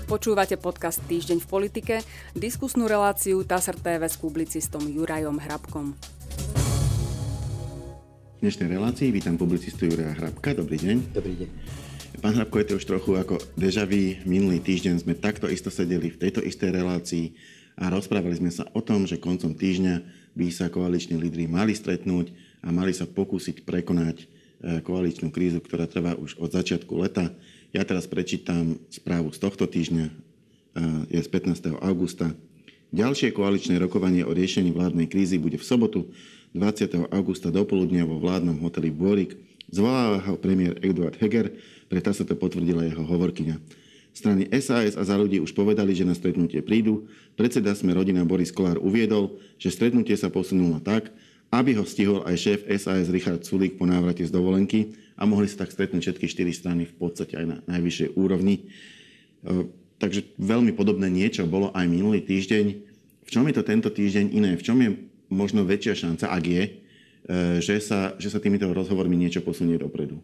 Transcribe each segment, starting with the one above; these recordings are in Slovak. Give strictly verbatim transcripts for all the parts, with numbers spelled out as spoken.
Počúvate podcast Týždeň v politike, diskusnú reláciu TASR té vé s publicistom Jurajom Hrabkom. V dnešnej relácii vítam publicistu Juraja Hrabka. Dobrý deň. Dobrý deň. Pán Hrabko, je to už trochu ako déjà vu. Minulý týždeň sme takto isto sedeli v tejto istej relácii a rozprávali sme sa o tom, že koncom týždňa by sa koaliční lídri mali stretnúť a mali sa pokúsiť prekonať koaličnú krízu, ktorá trvá už od začiatku leta. Ja teraz prečítam správu z tohto týždňa, je z pätnásteho augusta. Ďalšie koaličné rokovanie o riešení vládnej krízy bude v sobotu dvadsiateho augusta dopoludnia vo vládnom hoteli Bôrik. Zvoláva ho premiér Eduard Heger, preto sa to potvrdila jeho hovorkyňa. Strany es a es a Za ľudí už povedali, že na stretnutie prídu. Predseda Sme rodina Boris Kollár uviedol, že stretnutie sa posunulo tak, aby ho stihol aj šéf es a es Richard Sulík po návrate z dovolenky a mohli sa tak stretnúť všetky štyri strany v podstate aj na najvyššej úrovni. Takže veľmi podobné niečo bolo aj minulý týždeň. V čom je to tento týždeň iné? V čom je možno väčšia šanca, ak je, že sa, že sa týmito rozhovormi niečo posunie dopredu?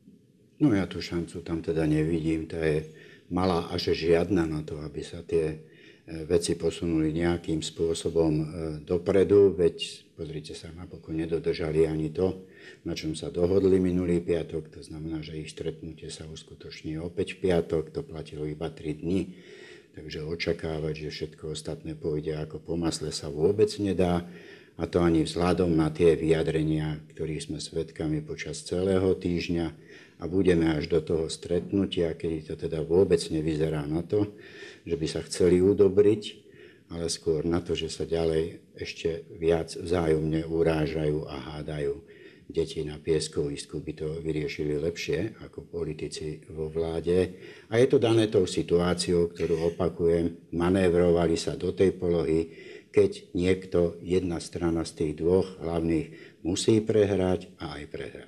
No ja tú šancu tam teda nevidím. Tá je malá až žiadna na to, aby sa tie veci posunuli nejakým spôsobom dopredu, veď pozrite sa, napokon nedodržali ani to, na čom sa dohodli minulý piatok, to znamená, že ich stretnutie sa uskutoční opäť v piatok, to platilo iba tri dni, takže očakávať, že všetko ostatné pôjde ako po masle sa vôbec nedá, a to ani vzhľadom na tie vyjadrenia, ktorých sme svedkami počas celého týždňa a budeme až do toho stretnutia, kedy to teda vôbec nevyzerá na to, že by sa chceli udobriť, ale skôr na to, že sa ďalej ešte viac vzájomne urážajú a hádajú. Deti na pieskovisku by to vyriešili lepšie ako politici vo vláde. A je to dané tou situáciou, ktorú opakujem, manévrovali sa do tej polohy, keď niekto, jedna strana z tých dvoch hlavných musí prehrať a aj prehrá.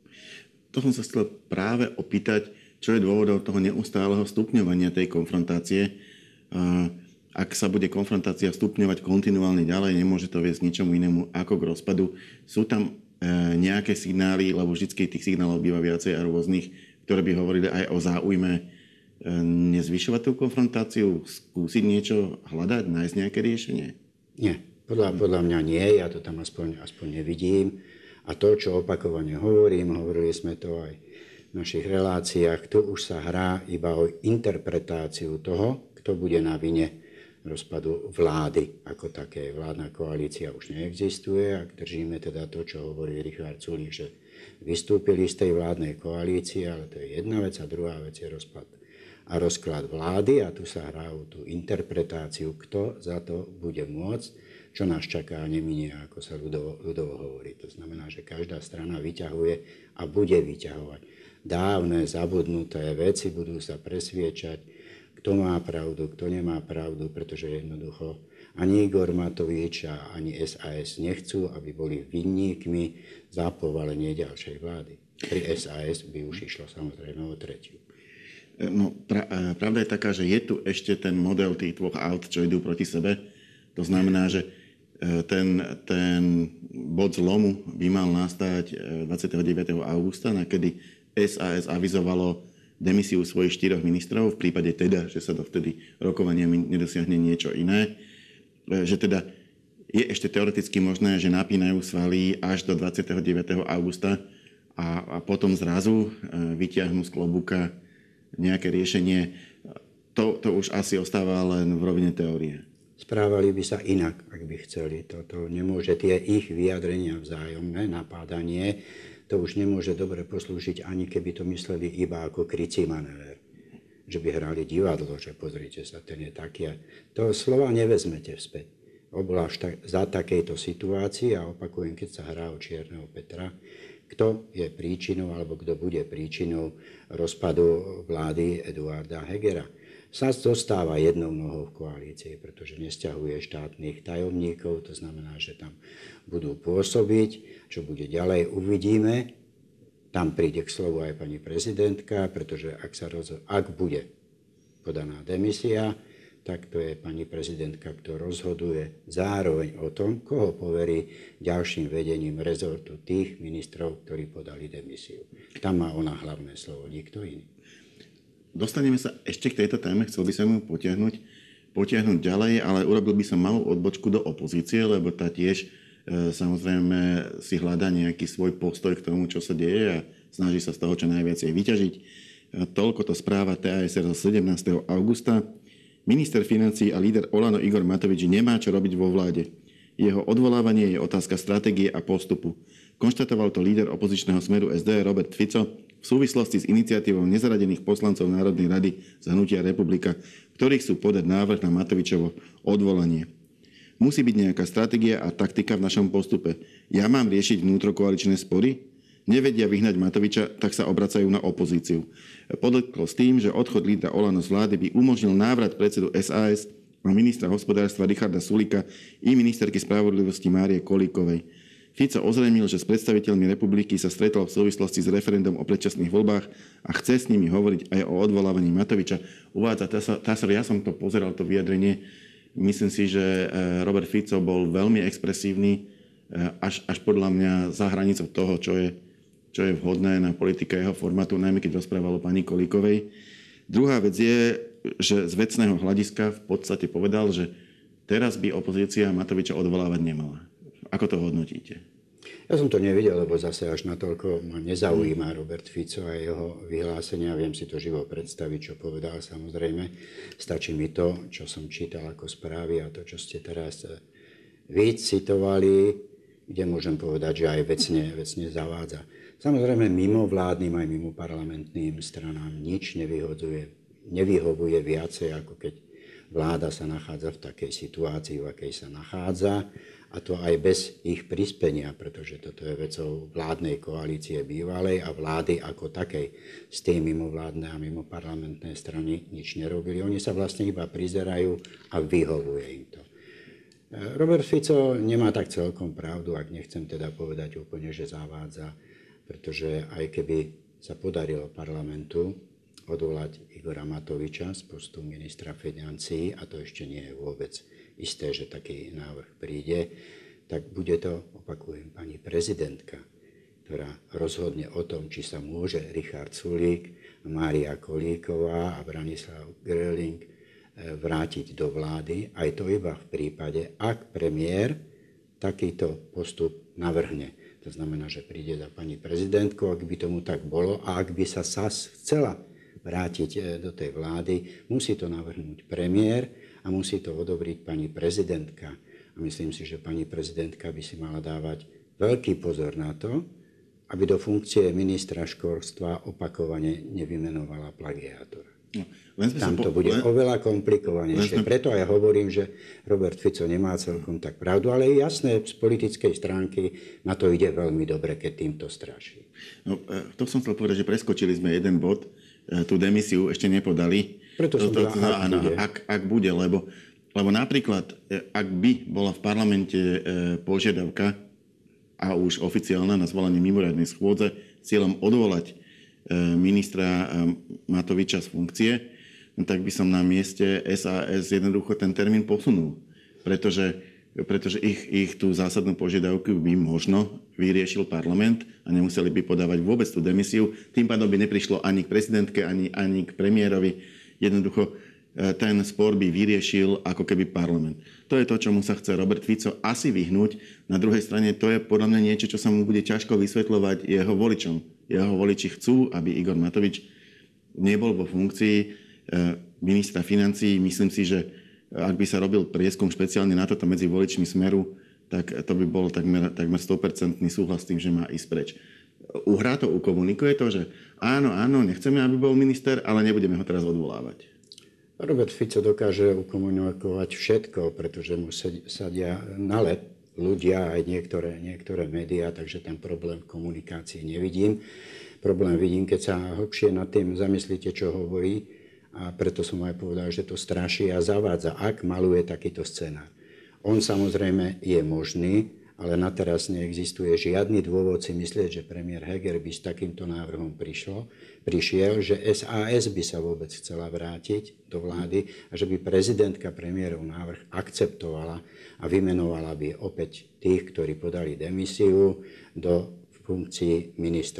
To som sa chcel práve opýtať, čo je dôvodom toho neustáleho stupňovania tej konfrontácie. Ak sa bude konfrontácia stupňovať kontinuálne ďalej, nemôže to viesť ničomu inému ako k rozpadu. Sú tam nejaké signály, lebo vždy tých signálov býva viacej a rôznych, ktoré by hovorili aj o záujme nezvyšovať tú konfrontáciu, skúsiť niečo hľadať, nájsť nejaké riešenie? Nie, podľa, podľa mňa nie, ja to tam aspoň, aspoň nevidím. A to, čo opakovane hovorím, hovorili sme to aj v našich reláciách, tu už sa hrá iba o interpretáciu toho, kto bude na vine rozpadu vlády ako také. Vládna koalícia už neexistuje, ak držíme teda to, čo hovorí Richard Sulík, že vystúpili z tej vládnej koalície, ale to je jedna vec a druhá vec je rozpad a rozklad vlády a tu sa hrá o tú interpretáciu, kto za to bude môcť, čo nás čaká a neminie, ako sa ľudovo, ľudovo hovorí. To znamená, že každá strana vyťahuje a bude vyťahovať dávne zabudnuté veci, budú sa presviečať, kto má pravdu, kto nemá pravdu, pretože jednoducho ani Igor Matovič a ani es a es nechcú, aby boli vinníkmi za povalenie ďalšej vlády. Pri es a es by už išlo samozrejme o tretiu. No, pra, pravda je taká, že je tu ešte ten model tých dvoch aut, čo idú proti sebe. To znamená, že ten, ten bod zlomu by mal nastať dvadsiateho deviateho augusta, na kedy es a es avizovalo demisiu svojich štyroch ministrov, v prípade teda, že sa dovtedy rokovaniami nedosiahne niečo iné. Že teda je ešte teoreticky možné, že napínajú svaly až do dvadsiateho deviateho augusta a, a potom zrazu vyťahnú z klobúka nejaké riešenie. To, to už asi ostáva len v rovine teórie. Správali by sa inak, ak by chceli. Toto nemôže, tie ich vyjadrenia vzájomné, napádanie, to už nemôže dobre poslúžiť, ani keby to mysleli iba ako krycí manéver. Že by hrali divadlo, že pozrite sa, ten je taký. To slova nevezmete vzpäť. Obľvlášť za takejto situácii, a opakujem, keď sa hrá o Čierneho Petra, kto je príčinou, alebo kto bude príčinou rozpadu vlády Eduarda Hegera. es a es zostáva jednou nohou v koalícii, pretože nesťahuje štátnych tajomníkov, to znamená, že tam budú pôsobiť, čo bude ďalej, uvidíme. Tam príde k slovu aj pani prezidentka, pretože ak, sa rozho- ak bude podaná demisia, tak to je pani prezidentka, ktorá rozhoduje zároveň o tom, koho poverí ďalším vedením rezortu tých ministrov, ktorí podali demisiu. Tam má ona hlavné slovo, nikto iný. dostaneme sa ešte k tejto téme, chcel by som ju potiahnuť, potiahnuť ďalej, ale urobil by som malú odbočku do opozície, lebo tá tiež e, samozrejme si hľadá nejaký svoj postoj k tomu, čo sa deje a snaží sa z toho čo najviac vyťažiť. E, toľko to správa té á es er zo sedemnásteho augusta. Minister financií a líder Olano Igor Matovič nemá čo robiť vo vláde. Jeho odvolávanie je otázka stratégie a postupu. Konštatoval to líder opozičného Smeru es dé Robert Fico v súvislosti s iniciatívou nezaradených poslancov Národnej rady z Hnutia Republika, ktorí chcú podať návrh na Matovičovo odvolanie. Musí byť nejaká stratégia a taktika v našom postupe. Ja mám riešiť vnútrokoaličné spory? Nevedia vyhnať Matoviča, tak sa obracajú na opozíciu. Podotklo s tým, že odchod lídra Olano z vlády by umožnil návrat predsedu es a es a ministra hospodárstva Richarda Sulíka i ministerky spravodlivosti Márie Kolíkovej. Fico ozrejmil, že s predstaviteľmi republiky sa stretol v súvislosti s referendum o predčasných voľbách a chce s nimi hovoriť aj o odvolávaní Matoviča. Uvádza Tásor, ja som to pozeral, to vyjadrenie. Myslím si, že Robert Fico bol veľmi expresívny, až, až podľa mňa za hranicou toho, čo je čo je vhodné na politika jeho formátu, najmä keď rozprával o pani Kolíkovej. Druhá vec je, že z vecného hľadiska v podstate povedal, že teraz by opozícia Matoviča odvolávať nemala. Ako to hodnotíte? Ja som to nevidel, lebo zase až natoľko ma nezaujíma Robert Fico a jeho vyhlásenia. Viem si to živo predstaviť, čo povedal, samozrejme. Stačí mi to, čo som čítal ako správy a to, čo ste teraz vy citovali, kde môžem povedať, že aj vecne, vecne zavádza. Samozrejme, mimo vládnym aj mimo parlamentným stranám nič nevyhovuje, nevyhovuje viacej, ako keď vláda sa nachádza v takej situácii, v akej sa nachádza, a to aj bez ich prispenia, pretože toto je vecou vládnej koalície bývalej a vlády ako takej. S tým mimovládne a mimo parlamentné strany nič nerobili. Oni sa vlastne iba prizerajú a vyhovuje im to. Robert Fico nemá tak celkom pravdu, ak nechcem teda povedať úplne, že zavádza, pretože aj keby sa podarilo parlamentu odvolať Igora Matoviča z postu ministra financií, a to ešte nie je vôbec isté, že taký návrh príde, tak bude to, opakujem, pani prezidentka, ktorá rozhodne o tom, či sa môže Richard Sulík, Mária Kolíková a Branislav Gröling vrátiť do vlády, aj to iba v prípade, ak premiér takýto postup navrhne. To znamená, že príde za pani prezidentkou, ak by tomu tak bolo, a ak by sa es á es chcela vrátiť do tej vlády, musí to navrhnúť premiér a musí to odobriť pani prezidentka. A myslím si, že pani prezidentka by si mala dávať veľký pozor na to, aby do funkcie ministra školstva opakovane nevymenovala plagiátora. No, Tam to po... bude len... oveľa komplikovanejšie. Len... Preto aj hovorím, že Robert Fico nemá celkom tak pravdu, ale je jasné, z politickej stránky na to ide veľmi dobre, keď týmto straší. No, to som chcel povedať, že preskočili sme jeden bod, tú demisiu ešte nepodali. Preto som to, to, povedal, ak, áno, bude. Ak, ak bude, lebo, lebo napríklad, ak by bola v parlamente požiadavka a už oficiálna na zvolanie mimoriadnej schôdze s cieľom odvolať ministra Matoviča z funkcie, no tak by som na mieste es a es jednoducho ten termín posunul. Pretože, pretože ich, ich tú zásadnú požiadavku by možno vyriešil parlament a nemuseli by podávať vôbec tú demisiu. Tým pádom by neprišlo ani k prezidentke, ani, ani k premiérovi. Jednoducho ten spor by vyriešil ako keby parlament. To je to, čomu sa chce Robert Fico asi vyhnúť. Na druhej strane to je podľa mňa niečo, čo sa mu bude ťažko vysvetľovať jeho voličom. Jeho voliči chcú, aby Igor Matovič nebol vo funkcii ministra financií. Myslím si, že ak by sa robil prieskum špeciálne na toto medzi voličmi Smeru, tak to by bol takmer, takmer sto percent súhlas s tým, že má ísť preč. Uhrá to, ukomunikuje to, že áno, áno, nechceme, aby bol minister, ale nebudeme ho teraz odvolávať. Robert Fico dokáže ukomunikovať všetko, pretože mu sadia na lep ľudia, aj niektoré, niektoré médiá, takže ten problém v komunikácii nevidím. Problém vidím, keď sa hlbšie nad tým zamyslíte, čo hovorí, a preto som aj povedal, že to straší a zavádza, ak maluje takýto scenár. On samozrejme je možný, ale na teraz neexistuje žiadny dôvod si myslieť, že premiér Heger by s takýmto návrhom prišlo, prišiel, že es a es by sa vôbec chcela vrátiť do vlády a že by prezidentka premiérov návrh akceptovala a vymenovala by opäť tých, ktorí podali demisiu, do funkcií ministrov.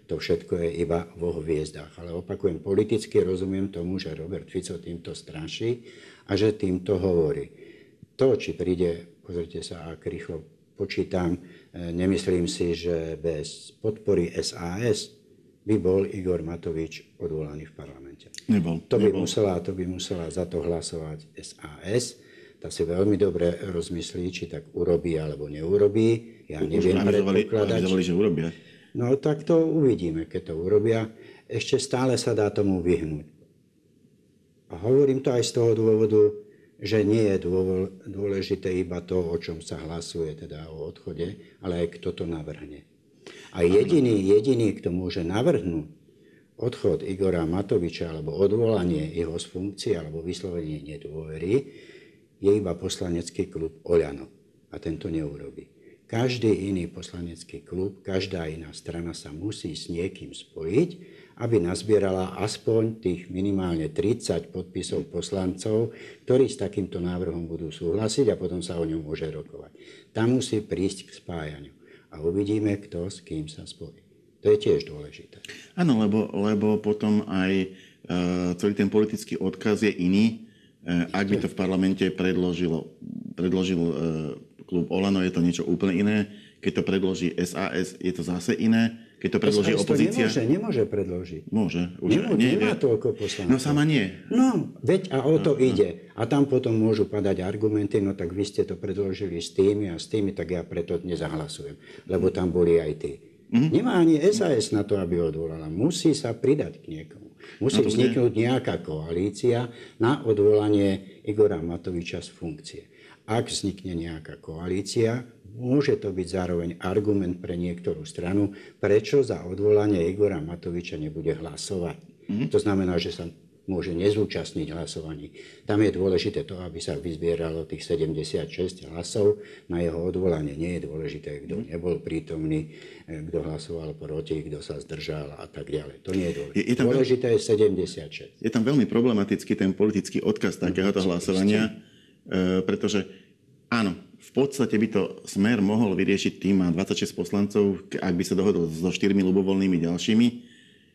to všetko je iba vo hviezdách. Ale opakujem, politicky rozumiem tomu, že Robert Fico týmto straší a že týmto hovorí. To, či príde, pozrite sa, ak rýchlo počítam, nemyslím si, že bez podpory es a es by bol Igor Matovič odvolaný v parlamente. Nebol. To by, nebol. Musela, to by musela za to hlasovať es a es. Tá si veľmi dobre rozmyslí, či tak urobí alebo neurobí. Ja neviem predpokladať. Avizovali, že urobia. No tak to uvidíme, keď to urobia. Ešte stále sa dá tomu vyhnúť. A hovorím to aj z toho dôvodu, že nie je dôležité iba to, o čom sa hlasuje, teda o odchode, ale aj kto to navrhne. A jediný, jediný, kto môže navrhnúť odchod Igora Matoviča alebo odvolanie jeho z funkcie alebo vyslovenie nedôvery, je iba poslanecký klub Oľano. A tento neurobí. Každý iný poslanecký klub, každá iná strana sa musí s niekým spojiť, aby nazbierala aspoň tých minimálne tridsať podpisov poslancov, ktorí s takýmto návrhom budú súhlasiť a potom sa o ňom môže rokovať. Tam musí prísť k spájaniu. A uvidíme, kto s kým sa spojí. To je tiež dôležité. Áno, lebo, lebo potom aj e, celý ten politický odkaz je iný. E, ak by to v parlamente predložilo, predložil e, klub Olano, je to niečo úplne iné. Keď to predloží es a es, je to zase iné. Keď to predloží es a es opozícia... To nemôže, nemôže predložiť. Môže. Už Nemô, nie, nemá nie. toľko poslancov. No sama nie. No, veď a o to no, ide. A tam potom môžu padať argumenty, no tak vy ste to predložili s tými a s tými, tak ja preto nezahlasujem. Lebo tam boli aj tí. Mm-hmm. Nemá ani es a es na to, aby odvolala. Musí sa pridať k niekomu. Musí no, vzniknúť nie. nejaká koalícia na odvolanie Igora Matoviča z funkcie. Ak vznikne nejaká koalícia, môže to byť zároveň argument pre niektorú stranu, prečo za odvolanie Igora Matoviča nebude hlasovať. Mm-hmm. To znamená, že sa môže nezúčastniť hlasovaní. Tam je dôležité to, aby sa vyzbieralo tých sedemdesiatšesť hlasov na jeho odvolanie. Nie je dôležité, kto nebol prítomný, kto hlasoval proti, kto sa zdržal a tak ďalej. To nie je dôležité. Je, je dôležité veľmi, je sedemdesiatšesť. Je tam veľmi problematický ten politický odkaz takéhoto no, hlasovania, e, pretože áno, v podstate by to Smer mohol vyriešiť tým, má dvadsaťšesť poslancov, ak by sa dohodol so štyrmi ľubovoľnými ďalšími,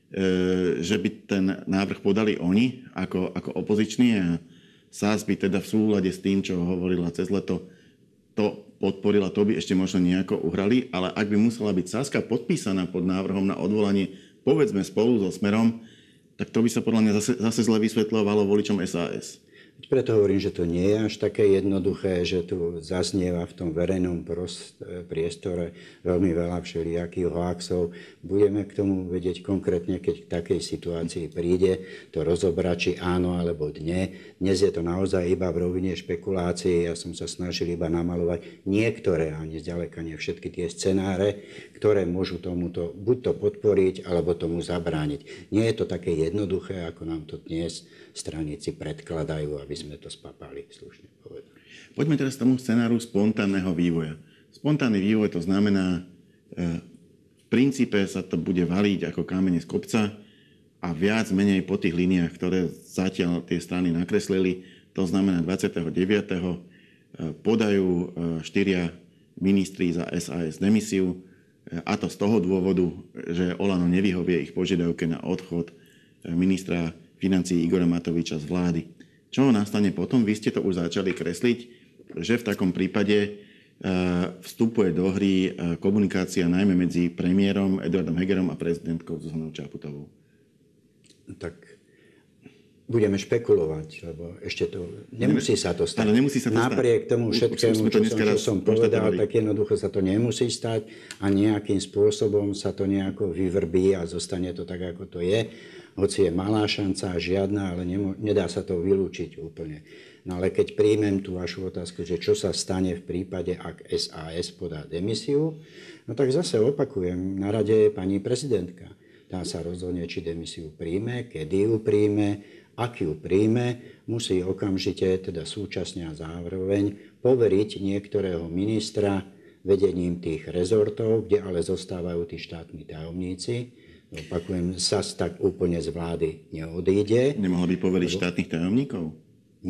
že by ten návrh podali oni ako, ako opoziční a es a es by teda v súlade s tým, čo hovorila cez leto, to podporila, to by ešte možno nejako uhrali, ale ak by musela byť Saska podpísaná pod návrhom na odvolanie, povedzme spolu so Smerom, tak to by sa podľa mňa zase, zase zle vysvetľovalo voličom es a es. Preto hovorím, že to nie je až také jednoduché, že tu zaznieva v tom verejnom priestore veľmi veľa všelijakých hoaxov. Budeme k tomu vedieť konkrétne, keď k takej situácii príde, to rozobrať, či áno alebo nie. Dnes je to naozaj iba v rovine špekulácií. Ja som sa snažil iba namalovať niektoré, ani zďaleka nie všetky tie scenáre, ktoré môžu tomuto buď to podporiť, alebo tomu zabrániť. Nie je to také jednoduché, ako nám to dnes straníci predkladajú, aby sme to spapali, slušne povedať. Poďme teraz k tomu scenáru spontánneho vývoja. Spontánny vývoj to znamená, e, v princípe sa to bude valiť ako kamene z kopca a viac menej po tých líniách, ktoré zatiaľ tie strany nakreslili, to znamená dvadsiateho deviateho podajú e, štyria ministri za es a es demisiu, e, a to z toho dôvodu, že Olano nevyhovie ich požiadavke na odchod ministra financií Igora Matoviča z vlády. Čo nastane potom? Vy ste to už začali kresliť, že v takom prípade vstupuje do hry komunikácia najmä medzi premiérom Eduardom Hegerom a prezidentkou Zuzanou Čaputovou. Tak budeme špekulovať, lebo ešte to nemusí sa to stať. Ale nemusí sa to Napriek stať. tomu všetkému, čo som, čo som povedal, tak jednoducho sa to nemusí stať a nejakým spôsobom sa to nejako vyvrbí a zostane to tak, ako to je. Hoci je malá šanca, žiadna, ale nemo, nedá sa to vylúčiť úplne. No ale keď príjmem tú vašu otázku, že čo sa stane v prípade, ak es a es podá demisiu, no tak zase opakujem, na rade je pani prezidentka. Tá sa rozhodne, či demisiu príjme, kedy ju príjme, ak ju príjme, musí okamžite, teda súčasne a zároveň, poveriť niektorého ministra vedením tých rezortov, kde ale zostávajú tí štátni tajomníci. Opakujem, es a es tak úplne z vlády neodíde. Nemohla by poveriť štátnych tajomníkov? Nie.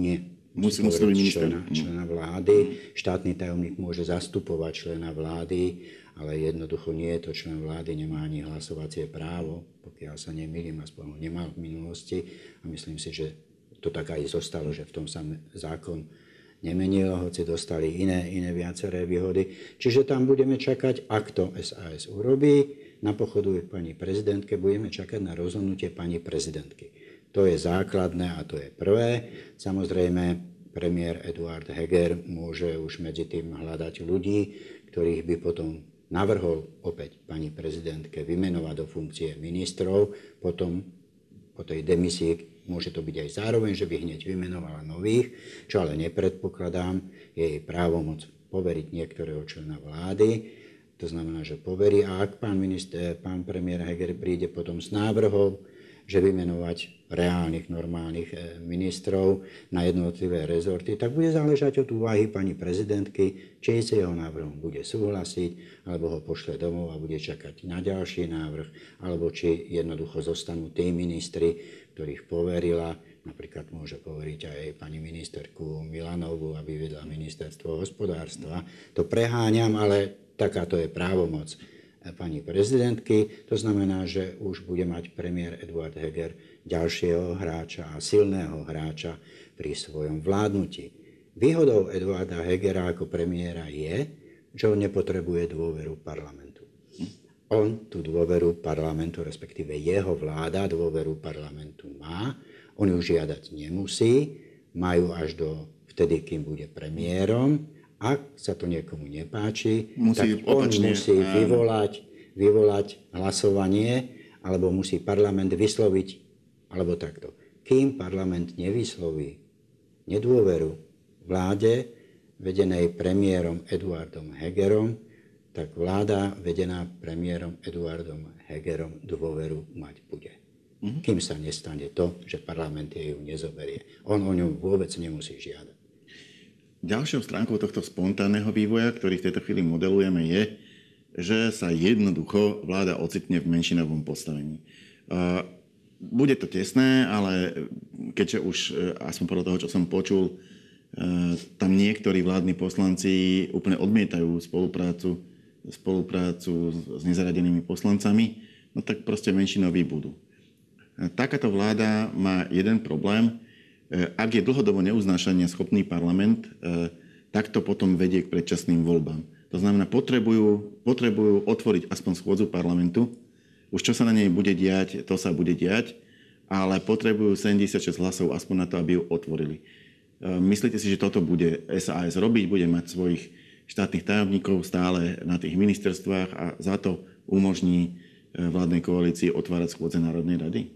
Musí, musí to byť minister. Člena, člena vlády. Štátny tajomník môže zastupovať člena vlády, ale jednoducho nie je to člen vlády, nemá ani hlasovacie právo, pokiaľ sa nemýlim, aspoň ho nemal v minulosti. A myslím si, že to tak aj zostalo, že v tom sa zákon nemenil, hoci dostali iné, iné viaceré výhody. Čiže tam budeme čakať, ak to es a es urobí, na pochodu k pani prezidentke, budeme čakať na rozhodnutie pani prezidentky. To je základné a to je prvé. Samozrejme, premiér Eduard Heger môže už medzi tým hľadať ľudí, ktorých by potom navrhol opäť pani prezidentke vymenovať do funkcie ministrov. Potom po tej demisii môže to byť aj zároveň, že by hneď vymenovala nových, čo ale nepredpokladám, je jej právomoc poveriť niektorého člena vlády. To znamená, že poverí, a ak pán, minister, pán premiér Heger príde potom s návrhom, že vymenovať reálnych, normálnych ministrov na jednotlivé rezorty, tak bude záležať od úvahy pani prezidentky, či s jeho návrhom bude súhlasiť, alebo ho pošle domov a bude čakať na ďalší návrh, alebo či jednoducho zostanú tí ministri, ktorých poverila. Napríklad môže poveriť aj pani ministerku Milanovu, aby vedla ministerstvo hospodárstva. To preháňam, ale takáto je právomoc pani prezidentky. To znamená, že už bude mať premiér Eduard Heger ďalšieho hráča a silného hráča pri svojom vládnutí. Výhodou Eduarda Hegera ako premiéra je, že on nepotrebuje dôveru parlamentu. On tú dôveru parlamentu, respektíve jeho vláda dôveru parlamentu má. On ju žiadať nemusí. Majú až do vtedy, kým bude premiérom. Ak sa to niekomu nepáči, musí tak on opačne, musí vyvolať, vyvolať hlasovanie, alebo musí parlament vysloviť, alebo takto. Kým parlament nevysloví nedôveru vláde, vedenej premiérom Eduardom Hegerom, tak vláda vedená premiérom Eduardom Hegerom dôveru mať bude. Mm-hmm. Kým sa nestane to, že parlament jej ju nezoberie. On o ňu vôbec nemusí žiadať. Ďalšou stránkou tohto spontánneho vývoja, ktorý v tejto chvíli modelujeme, je, že sa jednoducho vláda ocitne v menšinovom postavení. Bude to tesné, ale keďže už, aspoň podľa toho, čo som počul, tam niektorí vládni poslanci úplne odmietajú spoluprácu, spoluprácu s nezaradenými poslancami, no tak proste menšinoví budú. Takáto vláda má jeden problém. Ak je dlhodobo neuznášania schopný parlament, tak to potom vedie k predčasným voľbám. To znamená, potrebujú, potrebujú otvoriť aspoň schôdzu parlamentu. Už čo sa na nej bude diať, to sa bude diať, ale potrebujú sedemdesiatšesť hlasov aspoň na to, aby ju otvorili. Myslíte si, že toto bude es a es robiť, bude mať svojich štátnych tajomníkov stále na tých ministerstvách a za to umožní vládnej koalícii otvárať schôdze Národnej rady?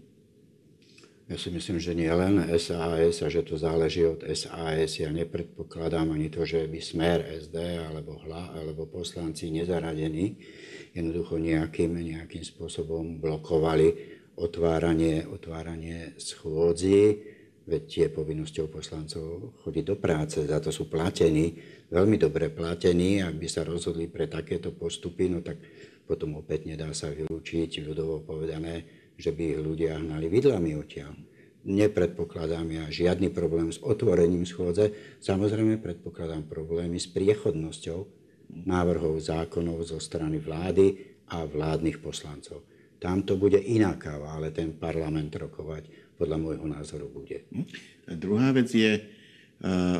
Ja si myslím, že nie len es a es a že to záleží od es a es. Ja nepredpokladám ani to, že by Smer, es dé alebo hla, alebo poslanci nezaradení jednoducho nejakým, nejakým spôsobom blokovali otváranie, otváranie schôdzi. Veď je povinnosťou poslancov chodiť do práce, za to sú platení, veľmi dobre platení. Ak by sa rozhodli pre takéto postupy, no tak potom opäť nedá sa vylúčiť, ľudovo povedané, že by ich ľudia hnali vidlami odtiaľ. Nepredpokladám ja žiadny problém s otvorením schôdze. Samozrejme predpokladám problémy s priechodnosťou návrhov zákonov zo strany vlády a vládnych poslancov. Tam to bude iná káva, ale ten parlament rokovať podľa môjho názoru bude. A druhá vec je, uh,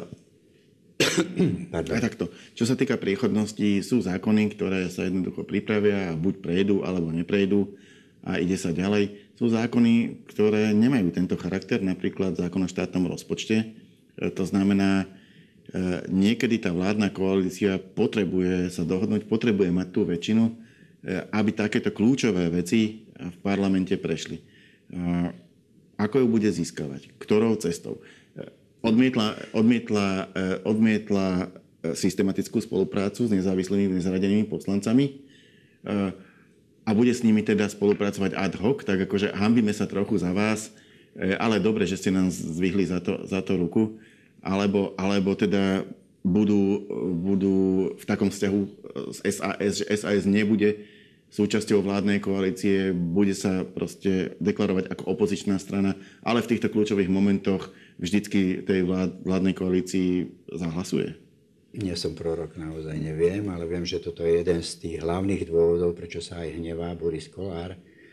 aj takto, čo sa týka priechodnosti, sú zákony, ktoré sa jednoducho pripravia a buď prejdú, alebo neprejdú a ide sa ďalej. Sú zákony, ktoré nemajú tento charakter, napríklad zákon o štátnom rozpočte. To znamená, niekedy tá vládna koalícia potrebuje sa dohodnúť, potrebuje mať tú väčšinu, aby takéto kľúčové veci v parlamente prešli. Ako ju bude získavať? Ktorou cestou? Odmietla, odmietla, odmietla systematickú spoluprácu s nezávislými nezaradenými poslancami a bude s nimi teda spolupracovať ad hoc, tak akože hanbíme sa trochu za vás, ale dobre, že ste nám zvihli za to, za to ruku, alebo, alebo teda budú, budú v takom vzťahu s es a es, že es a es nebude súčasťou vládnej koalície, bude sa proste deklarovať ako opozičná strana, ale v týchto kľúčových momentoch vždycky tej vlád, vládnej koalícii zahlasuje? Nie som prorok, naozaj neviem, ale viem, že toto je jeden z tých hlavných dôvodov, prečo sa aj hnevá Boris Kollár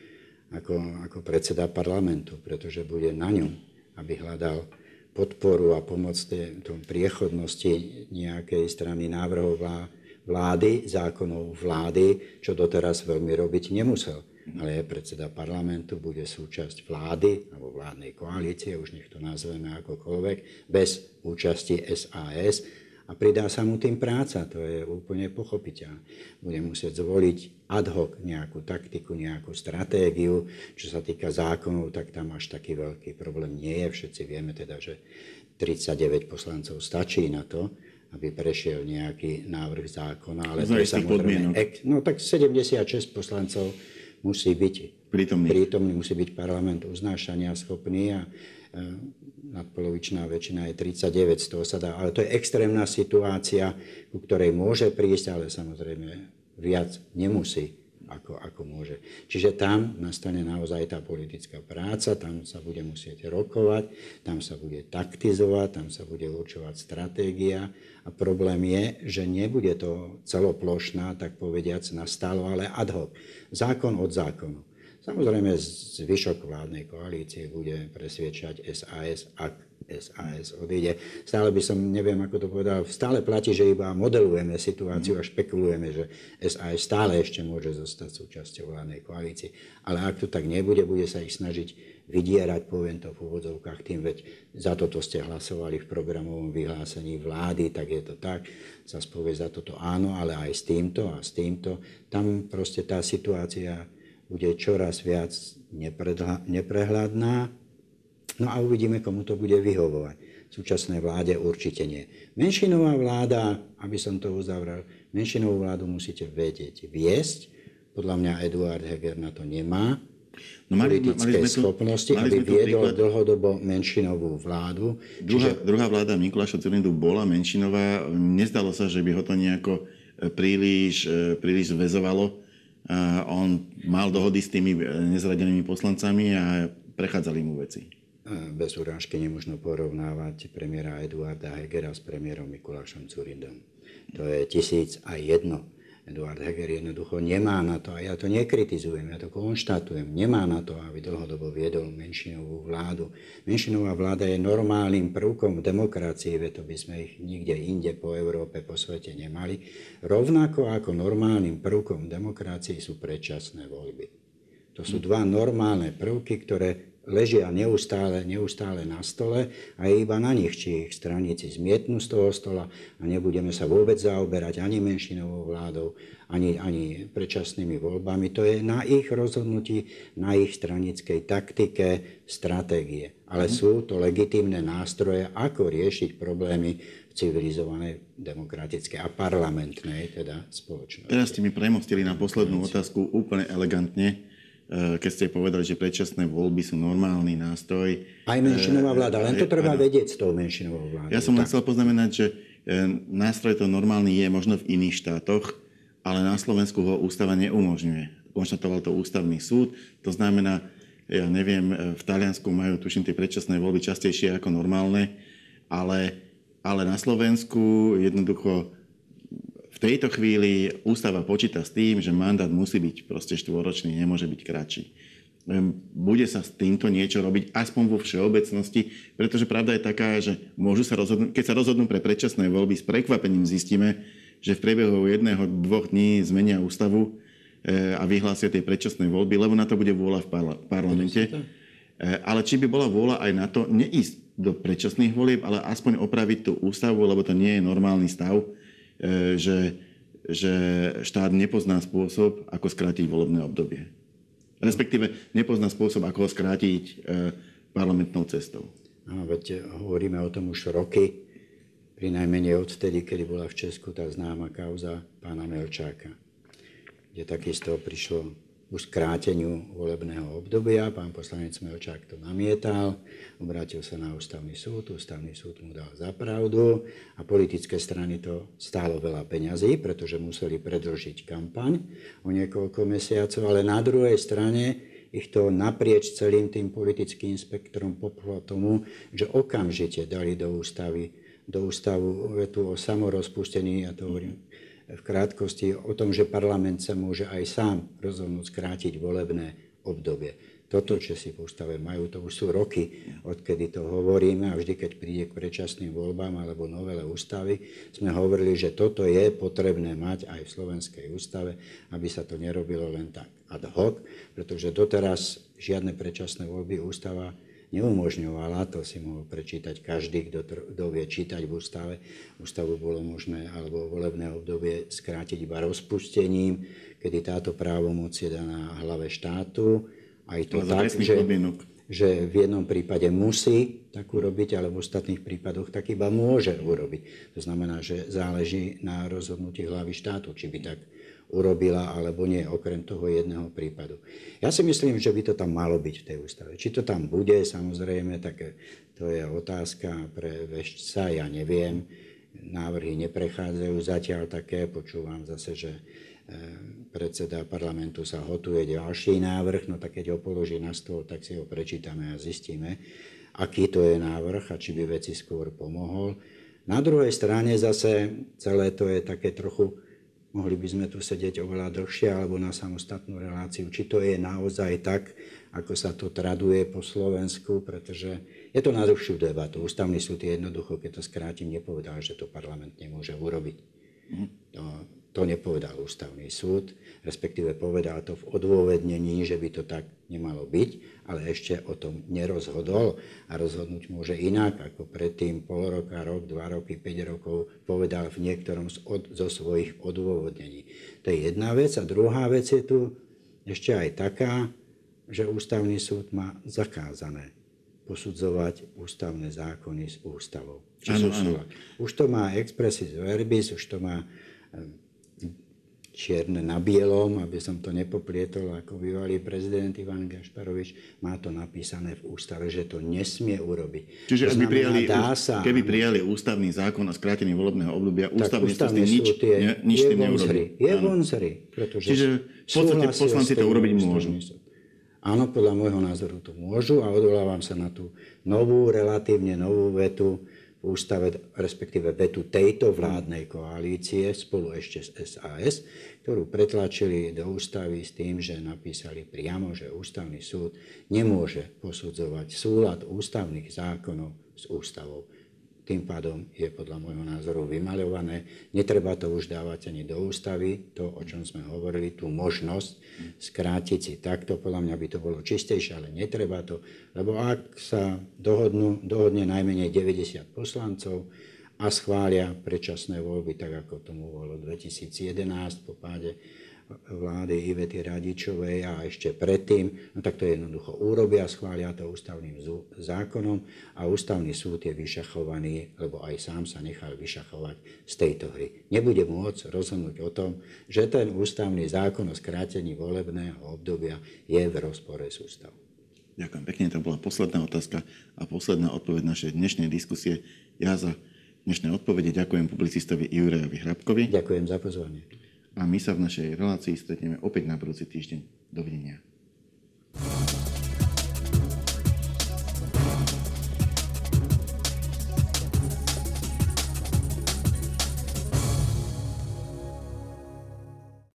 ako, ako predseda parlamentu, pretože bude na ňom, aby hľadal podporu a pomoc tej priechodnosti nejakej strany návrhov vlády, zákonov vlády, čo doteraz veľmi robiť nemusel. Ale je predseda parlamentu, bude súčasť vlády alebo vládnej koalície, už nech to nazveme akokoľvek, bez účasti es a es a pridá sa mu tým práca, to je úplne pochopiteľné. Bude musieť zvoliť ad hoc nejakú taktiku, nejakú stratégiu. Čo sa týka zákonov, tak tam až taký veľký problém nie je. Všetci vieme teda, že tridsaťdeväť poslancov stačí na to, aby prešiel nejaký návrh zákona, ale to je samozrejme... Ek, no tak sedemdesiatšesť poslancov musí byť prítomný. prítomný, musí byť parlament uznášania schopný a e, nadpolovičná väčšina je tridsaťdeväť, z toho sa dá. Ale to je extrémna situácia, ku ktorej môže prísť, ale samozrejme viac nemusí, ako, ako môže. Čiže tam nastane naozaj tá politická práca, tam sa bude musieť rokovať, tam sa bude taktizovať, tam sa bude určovať stratégia. A problém je, že nebude to celoplošná, tak povediac, nastálo, ale ad hoc. Zákon od zákonu. Samozrejme, zvyšok vládnej koalície bude presviedčať es a es, ak es a es odíde. Stále by som, neviem ako to povedal, stále platí, že iba modelujeme situáciu a špekulujeme, že es a es stále ešte môže zostať súčasťou vládnej koalície. Ale ak to tak nebude, bude sa ich snažiť vydierať, poviem to v úvodzovkách, tým, veď za toto ste hlasovali v programovom vyhlásení vlády, tak je to tak, sa spovie za toto áno, ale aj s týmto a s týmto. Tam proste tá situácia bude čoraz viac neprehľadná. No a uvidíme, komu to bude vyhovovať. Súčasnej vláde určite nie. Menšinová vláda, aby som to uzavrel, menšinovú vládu musíte vedieť viesť. Podľa mňa Eduard Heger na to nemá no, mali, politické mali schopnosti, aby viedol príklad... dlhodobo menšinovú vládu. Druhá, Čiže... druhá vláda Mikuláša Dzurindu bola menšinová. Nezdalo sa, že by ho to nejako príliš, príliš zväzovalo. Uh, on mal dohody s tými nezradenými poslancami a prechádzali mu veci. Bez urážky nemožno porovnávať premiéra Eduarda Hegera s premiérom Mikulášom Dzurindom. To je tisíc a jedno. Eduard Heger jednoducho nemá na to, a ja to nekritizujem, ja to konštatujem, nemá na to, aby dlhodobo viedol menšinovú vládu. Menšinová vláda je normálnym prvkom v demokracii, veď to by sme ich nikde inde po Európe, po svete nemali. Rovnako ako normálnym prvkom v demokracii sú predčasné voľby. To sú dva normálne prvky, ktoré ležia neustále, neustále na stole a je iba na nich, či ich straníci zmietnú z toho stola a nebudeme sa vôbec zaoberať ani menšinovou vládou, ani, ani predčasnými voľbami. To je na ich rozhodnutí, na ich stranickej taktike, stratégie. Ale sú to legitímne nástroje, ako riešiť problémy v civilizovanej, demokratickej a parlamentnej teda spoločnosti. Teraz ste mi premostili na poslednú otázku úplne elegantne, keď ste povedali, že predčasné voľby sú normálny nástroj. Aj menšinová vláda, len to treba vedieť s tou menšinovou vládou. Ja som len chcel poznamenať, že nástroj to normálny je možno v iných štátoch, ale na Slovensku ho ústava neumožňuje. Konštatoval to ústavný súd, to znamená, ja neviem, v Taliansku majú, tuším, tie predčasné voľby častejšie ako normálne, ale, ale na Slovensku jednoducho v tejto chvíli ústava počíta s tým, že mandát musí byť proste štvoročný, nemôže byť kratší. Bude sa s týmto niečo robiť, aspoň vo všeobecnosti, pretože pravda je taká, že môžu sa rozhodnúť, keď sa rozhodnú pre predčasné voľby, s prekvapením zistíme, že v priebehu jedného, dvoch dní zmenia ústavu a vyhlásia tie predčasné voľby, lebo na to bude vôľa v parlamente. Ale či by bola vôľa aj na to neísť do predčasných volieb, ale aspoň opraviť tú ústavu, lebo to nie je normálny stav, Že, že štát nepozná spôsob, ako skrátiť volebné obdobie. Respektíve nepozná spôsob, ako ho skrátiť e, parlamentnou cestou. No, veď hovoríme o tom už roky, pri najmenej odtedy, kedy bola v Česku tá známa kauza pána Melčáka, kde takisto prišlo už skráteniu volebného obdobia. Pán poslanec Smelčák to namietal, obrátil sa na ústavný súd, ústavný súd mu dal za pravdu a politické strany to stálo veľa peňazí, pretože museli predĺžiť kampaň o niekoľko mesiacov, ale na druhej strane ich to naprieč celým tým politickým spektrom popchlo tomu, že okamžite dali do ústavy, do ústavu vetu o samorozpustení, ja to hovorím v krátkosti, o tom, že parlament sa môže aj sám rozhodnúť skrátiť volebné obdobie. Toto, čo si v ústave majú, to už sú roky, odkedy to hovoríme a vždy, keď príde k predčasným voľbám alebo novele ústavy, sme hovorili, že toto je potrebné mať aj v slovenskej ústave, aby sa to nerobilo len tak ad hoc, pretože doteraz žiadne predčasné voľby ústava neumožňovala, to si mohol prečítať každý, kto, kto vie čítať v ústave. Ústavu bolo možné, alebo volebné obdobie skrátiť iba rozpustením, kedy táto právomoc je daná hlave štátu. Aj to tak, že, že v jednom prípade musí tak urobiť, ale v ostatných prípadoch tak iba môže urobiť. To znamená, že záleží na rozhodnutí hlavy štátu, či by tak urobila alebo nie, okrem toho jedného prípadu. Ja si myslím, že by to tam malo byť v tej ústave. Či to tam bude, samozrejme, tak to je otázka pre veštca, ja neviem. Návrhy neprechádzajú zatiaľ také, počúvam zase, že predseda parlamentu sa hotuje ďalší návrh, no tak keď ho položí na stôl, tak si ho prečítame a zistíme, aký to je návrh a či by veci skôr pomohol. Na druhej strane zase celé to je také trochu, mohli by sme tu sedieť oveľa dlhšie alebo na samostatnú reláciu, či to je naozaj tak, ako sa to traduje po Slovensku, pretože je to na dlhšiu debatu. Ústavný súd je jednoducho, keď to skrátim, nepovedal, že to parlament nemôže urobiť. Mm. To, to nepovedal ústavný súd, respektíve povedal to v odôvodnení, že by to tak nemalo byť, ale ešte o tom nerozhodol a rozhodnúť môže inak, ako predtým pol roka, rok, dva roky, päť rokov povedal v niektorom z od, zo svojich odôvodnení. To je jedna vec a druhá vec je tu ešte aj taká, že ústavný súd má zakázané posudzovať ústavné zákony s ústavou. Áno, áno. Už to má expressis verbis, už to má čierne na bielom, aby som to nepoplietol ako bývalý prezident Ivan Gašparovič, má to napísané v ústave, že to nesmie urobiť. Čiže znamená, prijali, sa, keby prijali ústavný zákon o skrátení volebného obdobia, ústavný, ústavný súd nič, je, ne, nič je tým neurobí. Je vonzri, pretože Čiže v podstate poslanci to urobiť môžu. Áno, podľa môjho názoru to môžu a odvolávam sa na tú novú, relatívne novú vetu v ústave, respektíve vetu tejto vládnej koalície spolu ešte s es a es, ktorú pretlačili do ústavy s tým, že napísali priamo, že ústavný súd nemôže posudzovať súlad ústavných zákonov s ústavou. Tým pádom je podľa môjho názoru vymaľované. Netreba to už dávať ani do ústavy, to, o čom sme hovorili, tú možnosť skrátiť si takto. Podľa mňa by to bolo čistejšie, ale netreba to, lebo ak sa dohodnú, dohodne najmenej deväťdesiat poslancov a schvália predčasné voľby, tak ako tomu bolo dvetisíc jedenásť po páde vlády Ivety Radičovej a ešte predtým, no tak to jednoducho urobia, schvália to ústavným zákonom a ústavný súd je vyšachovaný, lebo aj sám sa nechal vyšachovať z tejto hry. Nebude môcť rozhodnúť o tom, že ten ústavný zákon o skrátení volebného obdobia je v rozpore s ústavou. Ďakujem pekne, to bola posledná otázka a posledná odpoveď našej dnešnej diskusie. Ja za dnešné odpovede ďakujem publicistovi Jurajovi Hrabkovi. Ďakujem za pozvanie. A my sa v našej relácii stretneme opäť na budúci týždeň. Dovidenia.